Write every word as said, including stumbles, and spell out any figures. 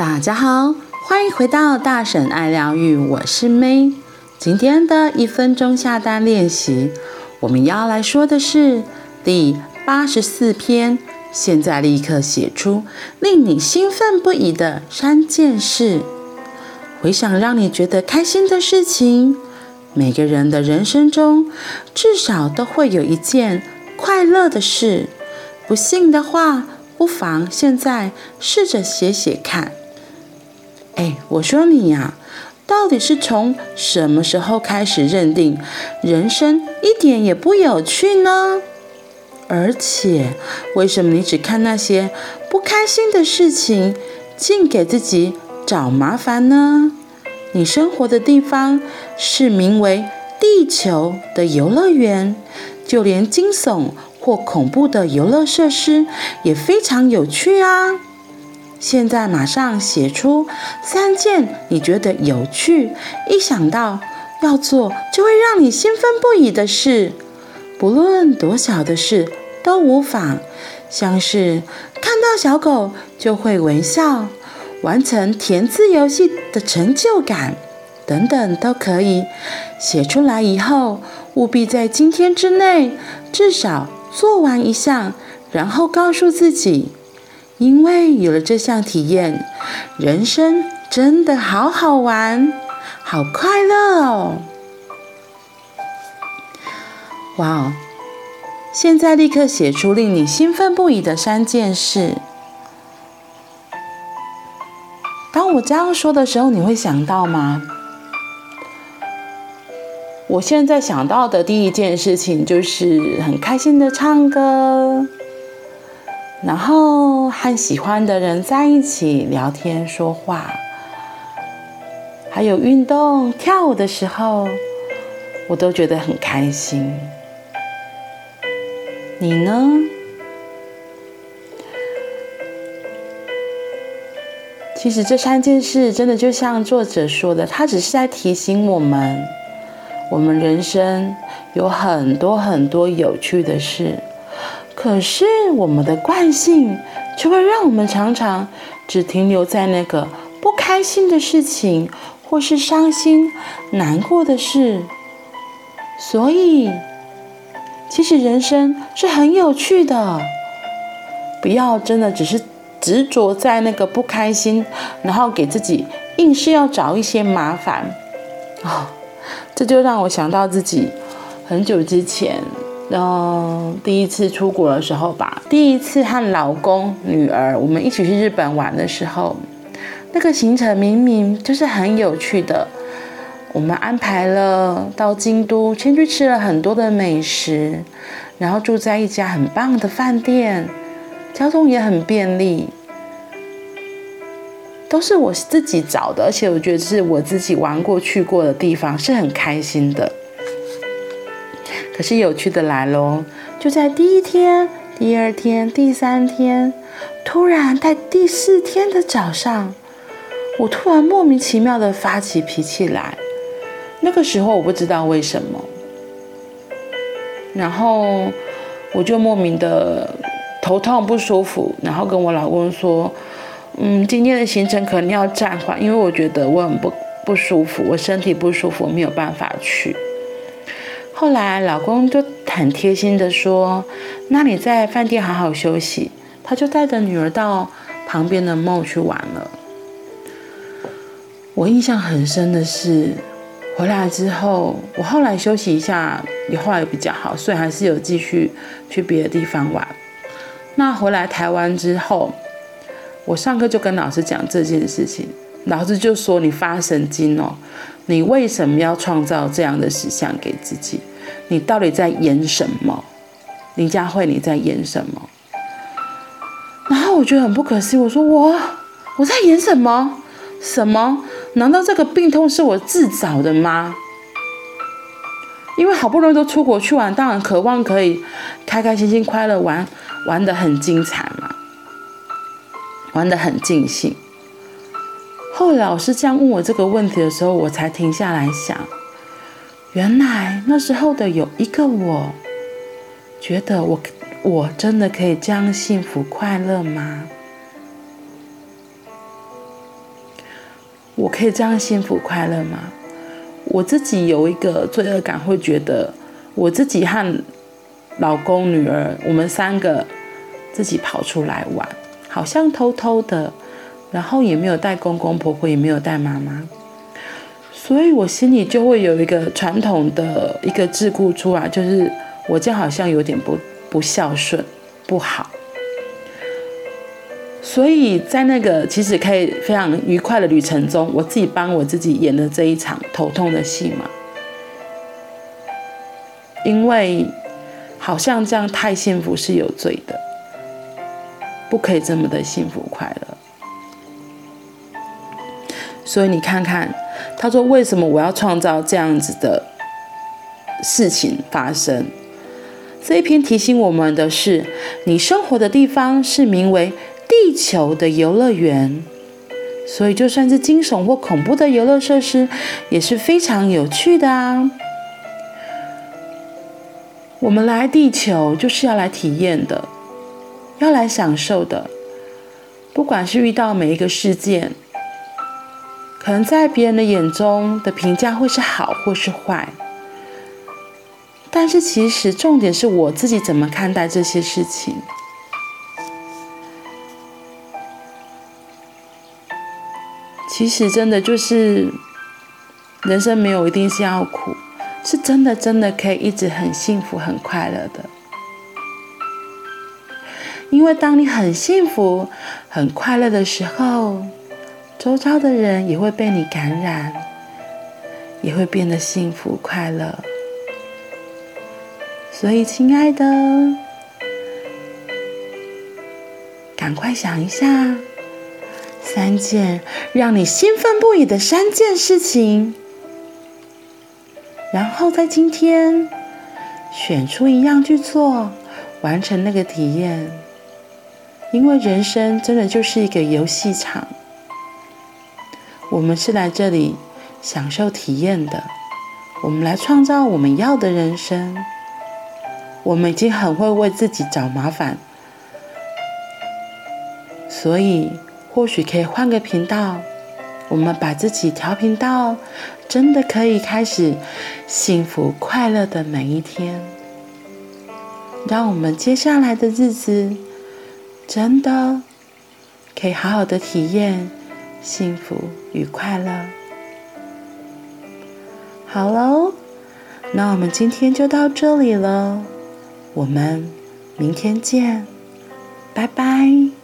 大家好，欢迎回到大婶爱疗愈，我是 May。今天的一分钟下单练习，我们要来说的是第八十四篇。现在立刻写出令你兴奋不已的三件事，回想让你觉得开心的事情。每个人的人生中，至少都会有一件快乐的事。不信的话，不妨现在试着写写看。哎，我说你呀、啊，到底是从什么时候开始认定人生一点也不有趣呢？而且，为什么你只看那些不开心的事情，净给自己找麻烦呢？你生活的地方是名为地球的游乐园，就连惊悚或恐怖的游乐设施也非常有趣啊！现在马上写出三件你觉得有趣，一想到要做就会让你兴奋不已的事，不论多小的事都无妨，像是看到小狗就会微笑，完成填字游戏的成就感等等都可以。写出来以后，务必在今天之内至少做完一项，然后告诉自己，因为有了这项体验，人生真的好好玩，好快乐哦！哇哦！现在立刻写出令你兴奋不已的三件事。当我这样说的时候，你会想到吗？我现在想到的第一件事情就是很开心的唱歌，然后和喜欢的人在一起聊天说话，还有运动跳舞的时候，我都觉得很开心。你呢？其实这三件事真的就像作者说的，他只是在提醒我们，我们人生有很多很多有趣的事，可是我们的惯性却会让我们常常只停留在那个不开心的事情，或是伤心难过的事。所以其实人生是很有趣的，不要真的只是执着在那个不开心，然后给自己硬是要找一些麻烦、哦、这就让我想到自己很久之前嗯，第一次出国的时候吧，第一次和老公、女儿我们一起去日本玩的时候，那个行程明明就是很有趣的，我们安排了到京都，先去吃了很多的美食，然后住在一家很棒的饭店，交通也很便利，都是我自己找的，而且我觉得是我自己玩过去过的地方，是很开心的。可是有趣的来咯，就在第一天、第二天、第三天，突然在第四天的早上，我突然莫名其妙的发起脾气来。那个时候我不知道为什么，然后我就莫名的头痛不舒服，然后跟我老公说，嗯，今天的行程可能要暂缓，因为我觉得我很不不舒服，我身体不舒服，我没有办法去。后来老公就很贴心的说，那你在饭店好好休息，他就带着女儿到旁边的 mall 去玩了。我印象很深的是，回来之后，我后来休息一下，也后来比较好，所以还是有继续去别的地方玩。那回来台湾之后，我上课就跟老师讲这件事情，老师就说，你发神经哦，你为什么要创造这样的实相给自己？你到底在演什么？林佳慧，你在演什么？然后我觉得很不可思议，我说我我在演什么？什么？难道这个病痛是我自找的吗？因为好不容易都出国去玩，当然渴望可以开开心心、快乐玩，玩得很精彩嘛，玩得很尽兴。后来老师这样问我这个问题的时候，我才停下来想，原来那时候的有一个我，觉得我我真的可以这样幸福快乐吗？ 我可以这样幸福快乐吗？我自己有一个罪恶感，会觉得我自己和老公、女儿，我们三个自己跑出来玩，好像偷偷的，然后也没有带公公婆婆，也没有带妈妈，所以我心里就会有一个传统的一个桎梏出来，就是我这样好像有点不不孝顺，不好。所以在那个其实可以非常愉快的旅程中，我自己帮我自己演了这一场头痛的戏嘛，因为好像这样太幸福是有罪的，不可以这么的幸福快乐。所以你看看，他说为什么我要创造这样子的事情发生？这一篇提醒我们的是，你生活的地方是名为地球的游乐园，所以就算是惊悚或恐怖的游乐设施也是非常有趣的啊。我们来地球就是要来体验的，要来享受的。不管是遇到每一个事件，可能在别人的眼中的评价会是好或是坏，但是其实重点是我自己怎么看待这些事情。其实真的就是人生没有一定是要苦，是真的真的可以一直很幸福很快乐的。因为当你很幸福很快乐的时候，周遭的人也会被你感染，也会变得幸福快乐。所以亲爱的，赶快想一下三件让你兴奋不已的三件事情，然后在今天选出一样去做，完成那个体验。因为人生真的就是一个游戏场，我们是来这里享受体验的，我们来创造我们要的人生。我们已经很会为自己找麻烦，所以或许可以换个频道，我们把自己调频到真的可以开始幸福快乐的每一天，让我们接下来的日子真的可以好好的体验幸福与快乐。好喽，那我们今天就到这里了，我们明天见，拜拜。